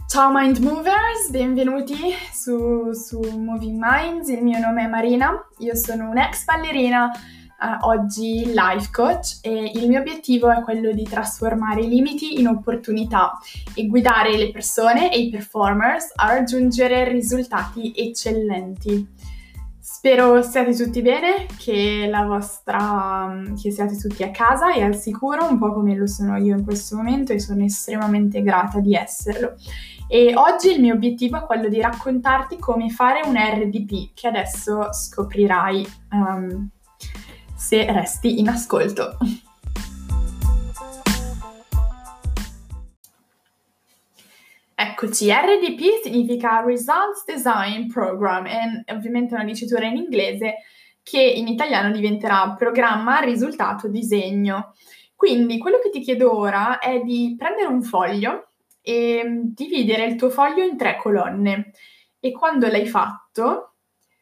Ciao Mind Movers, benvenuti su Moving Minds. Il mio nome è Marina, io sono un'ex ballerina, oggi life coach, e il mio obiettivo è quello di trasformare i limiti in opportunità e guidare le persone e i performers a raggiungere risultati eccellenti. Spero siate tutti bene, che siate tutti a casa e al sicuro, un po' come lo sono io in questo momento, e sono estremamente grata di esserlo. E oggi il mio obiettivo è quello di raccontarti come fare un RDP, che adesso scoprirai se resti in ascolto. Eccoci, RDP significa Results Design Program, è ovviamente una dicitura in inglese che in italiano diventerà Programma Risultato Disegno. Quindi quello che ti chiedo ora è di prendere un foglio e dividere il tuo foglio in 3 colonne, e quando l'hai fatto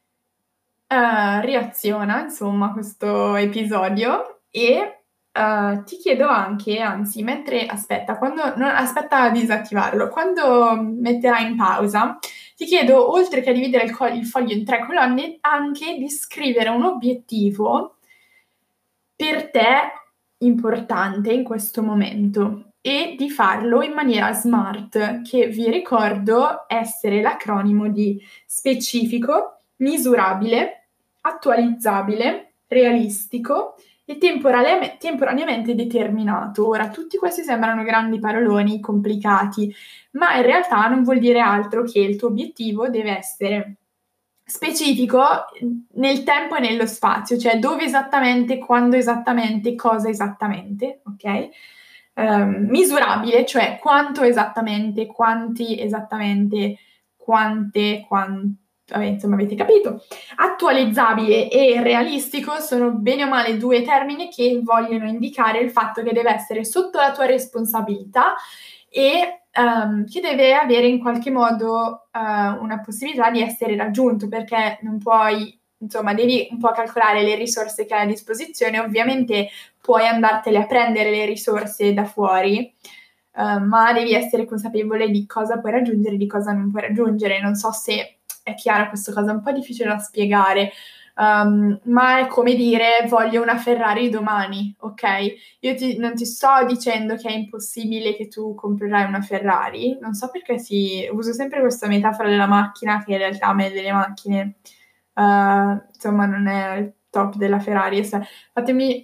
reaziona insomma a questo episodio e ti chiedo anche, anzi, aspetta a disattivarlo, quando metterai in pausa, ti chiedo, oltre che a dividere il foglio in 3 colonne, anche di scrivere un obiettivo per te importante in questo momento e di farlo in maniera SMART, che vi ricordo essere l'acronimo di specifico, misurabile, attualizzabile, realistico e temporaneamente determinato. Ora, tutti questi sembrano grandi paroloni complicati, ma in realtà non vuol dire altro che il tuo obiettivo deve essere specifico nel tempo e nello spazio, cioè dove esattamente, quando esattamente, cosa esattamente, ok? Misurabile, cioè quanto esattamente, quanti esattamente, vabbè, insomma, avete capito. Attualizzabile e realistico sono bene o male 2 termini che vogliono indicare il fatto che deve essere sotto la tua responsabilità e che deve avere in qualche modo una possibilità di essere raggiunto, perché non puoi, insomma, devi un po' calcolare le risorse che hai a disposizione. Ovviamente puoi andartele a prendere le risorse da fuori, ma devi essere consapevole di cosa puoi raggiungere e di cosa non puoi raggiungere. Non so se è chiara questa cosa, è un po' difficile da spiegare, ma è come dire voglio una Ferrari domani, ok? Non ti sto dicendo che è impossibile che tu comprerai una Ferrari, non so perché uso sempre questa metafora della macchina, che in realtà a me delle macchine, insomma, non è il top della Ferrari. Fatemi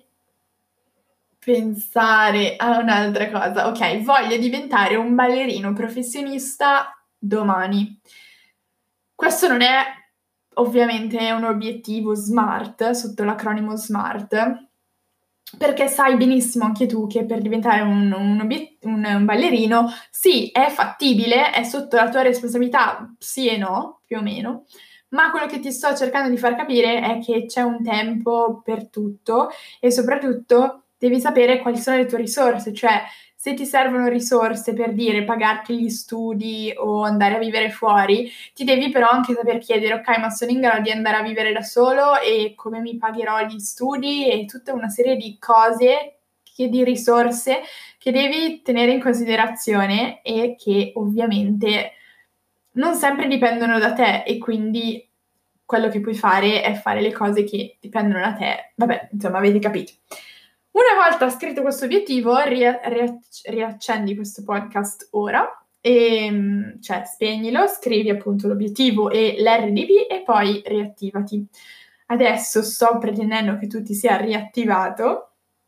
pensare a un'altra cosa. Ok, voglio diventare un ballerino professionista domani. Questo non è ovviamente un obiettivo SMART, sotto l'acronimo SMART, perché sai benissimo anche tu che per diventare un ballerino, sì, è fattibile, è sotto la tua responsabilità, sì e no, più o meno, ma quello che ti sto cercando di far capire è che c'è un tempo per tutto e soprattutto devi sapere quali sono le tue risorse, cioè se ti servono risorse per dire pagarti gli studi o andare a vivere fuori, ti devi però anche saper chiedere, ok, ma sono in grado di andare a vivere da solo e come mi pagherò gli studi, e tutta una serie di cose, di risorse che devi tenere in considerazione e che ovviamente non sempre dipendono da te, e quindi quello che puoi fare è fare le cose che dipendono da te. Vabbè, insomma, avete capito. Una volta scritto questo obiettivo, riaccendi questo podcast ora e cioè spegnilo, scrivi appunto l'obiettivo e l'RDP e poi riattivati. Adesso sto pretendendo che tu ti sia riattivato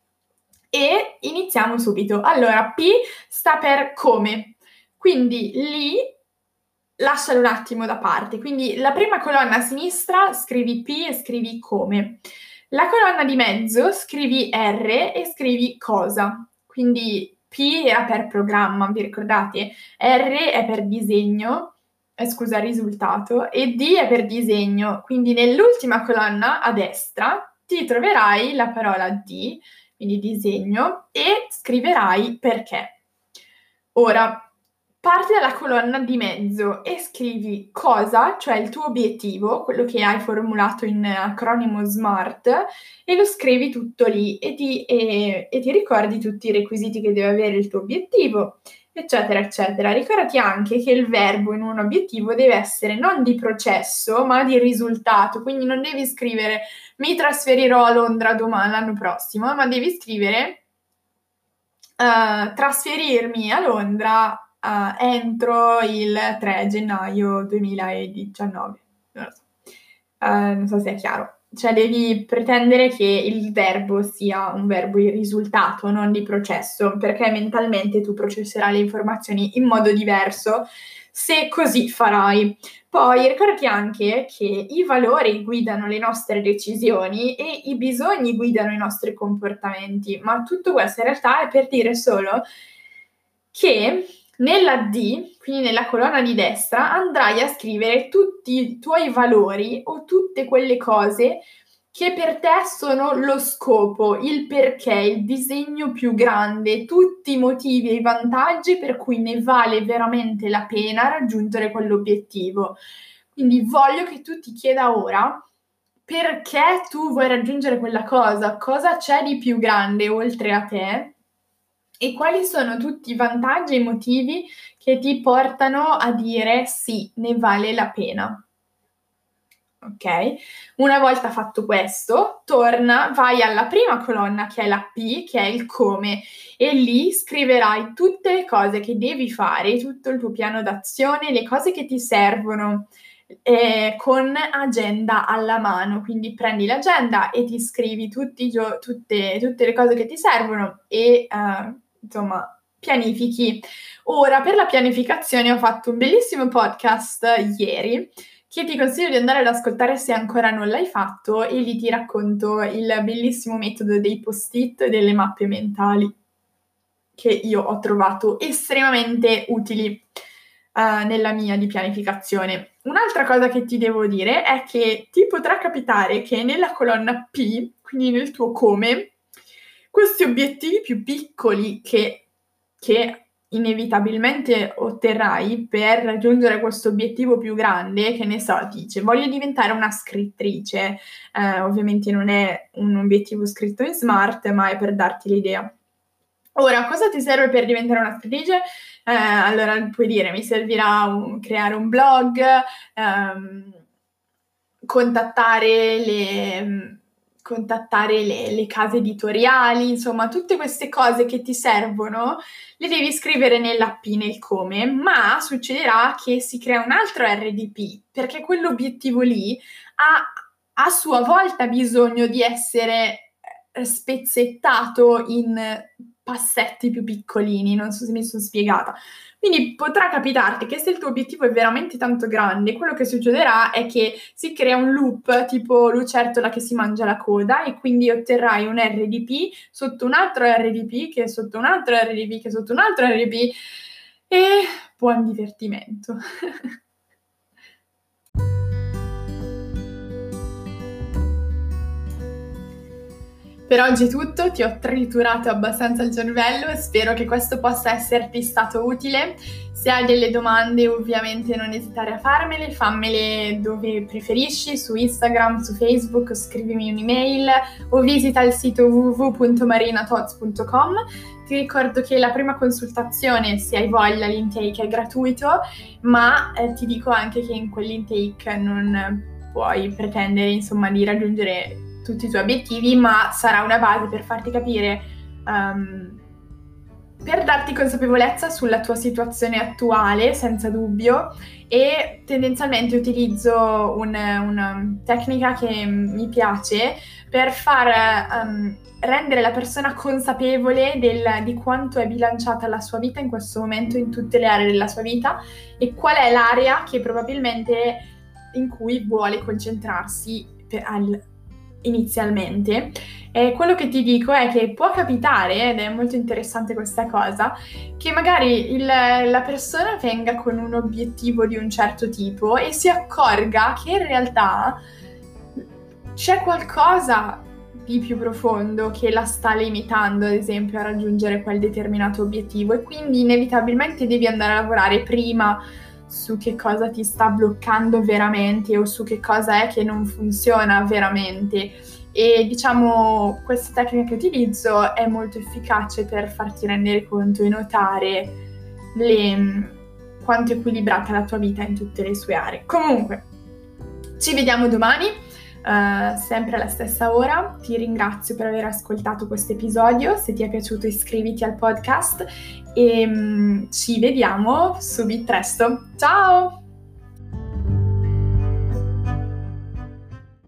e iniziamo subito. Allora, P sta per come, quindi lì lascialo un attimo da parte. Quindi la prima colonna a sinistra scrivi P e scrivi come. La colonna di mezzo scrivi R e scrivi cosa. Quindi P era per programma, vi ricordate? R è per disegno, scusa, risultato, e D è per disegno. Quindi nell'ultima colonna a destra ti troverai la parola D, quindi disegno, e scriverai perché. Ora, parti dalla colonna di mezzo e scrivi cosa, cioè il tuo obiettivo, quello che hai formulato in acronimo SMART, e lo scrivi tutto lì e ti ricordi tutti i requisiti che deve avere il tuo obiettivo eccetera, eccetera. Ricordati anche che il verbo in un obiettivo deve essere non di processo, ma di risultato. Quindi non devi scrivere mi trasferirò a Londra domani, l'anno prossimo, ma devi scrivere trasferirmi a Londra entro il 3 gennaio 2019. Non lo so. Non so se è chiaro. Cioè devi pretendere che il verbo sia un verbo di risultato, non di processo, perché mentalmente tu processerai le informazioni in modo diverso se così farai. Poi ricordati anche che i valori guidano le nostre decisioni e i bisogni guidano i nostri comportamenti, ma tutto questo in realtà è per dire solo che nella D, quindi nella colonna di destra, andrai a scrivere tutti i tuoi valori o tutte quelle cose che per te sono lo scopo, il perché, il disegno più grande, tutti i motivi e i vantaggi per cui ne vale veramente la pena raggiungere quell'obiettivo. Quindi voglio che tu ti chieda ora perché tu vuoi raggiungere quella cosa c'è di più grande oltre a te e quali sono tutti i vantaggi e i motivi che ti portano a dire sì, ne vale la pena. Ok? Una volta fatto questo, torna, vai alla prima colonna che è la P, che è il come, e lì scriverai tutte le cose che devi fare, tutto il tuo piano d'azione, le cose che ti servono con agenda alla mano. Quindi prendi l'agenda e ti scrivi tutte le cose che ti servono e insomma pianifichi. Ora, per la pianificazione ho fatto un bellissimo podcast ieri che ti consiglio di andare ad ascoltare se ancora non l'hai fatto, e lì ti racconto il bellissimo metodo dei post-it e delle mappe mentali che io ho trovato estremamente utili nella mia di pianificazione. Un'altra cosa che ti devo dire è che ti potrà capitare che nella colonna P, quindi nel tuo come, questi obiettivi più piccoli che inevitabilmente otterrai per raggiungere questo obiettivo più grande, che ne so, dice voglio diventare una scrittrice, ovviamente non è un obiettivo scritto in smart, ma è per darti l'idea. Ora, cosa ti serve per diventare una scrittrice? Allora puoi dire mi servirà creare un blog, contattare le case editoriali, insomma tutte queste cose che ti servono le devi scrivere nella P, nel come, ma succederà che si crea un altro RDP, perché quell'obiettivo lì ha a sua volta bisogno di essere spezzettato in passetti più piccolini, non so se mi sono spiegata. Quindi potrà capitarti che se il tuo obiettivo è veramente tanto grande, quello che succederà è che si crea un loop tipo lucertola che si mangia la coda e quindi otterrai un RDP sotto un altro RDP che sotto un altro RDP che sotto un altro RDP e buon divertimento. Per oggi è tutto, ti ho triturato abbastanza il cervello e spero che questo possa esserti stato utile. Se hai delle domande ovviamente non esitare a farmele, fammele dove preferisci, su Instagram, su Facebook, scrivimi un'email o visita il sito www.marinatoz.com. Ti ricordo che la prima consultazione, se hai voglia, l'intake è gratuito, ma ti dico anche che in quell'intake non puoi pretendere insomma di raggiungere tutti i tuoi obiettivi, ma sarà una base per farti capire, per darti consapevolezza sulla tua situazione attuale, senza dubbio, e tendenzialmente utilizzo una tecnica che mi piace per far rendere la persona consapevole di quanto è bilanciata la sua vita in questo momento in tutte le aree della sua vita e qual è l'area che probabilmente in cui vuole concentrarsi inizialmente. Quello che ti dico è che può capitare, ed è molto interessante questa cosa, che magari la persona venga con un obiettivo di un certo tipo e si accorga che in realtà c'è qualcosa di più profondo che la sta limitando, ad esempio, a raggiungere quel determinato obiettivo, e quindi inevitabilmente devi andare a lavorare prima su che cosa ti sta bloccando veramente o su che cosa è che non funziona veramente. E diciamo questa tecnica che utilizzo è molto efficace per farti rendere conto e notare quanto è equilibrata la tua vita in tutte le sue aree. Comunque, ci vediamo domani, sempre alla stessa ora. Ti ringrazio per aver ascoltato questo episodio. Se ti è piaciuto iscriviti al podcast e ci vediamo subito presto. Ciao!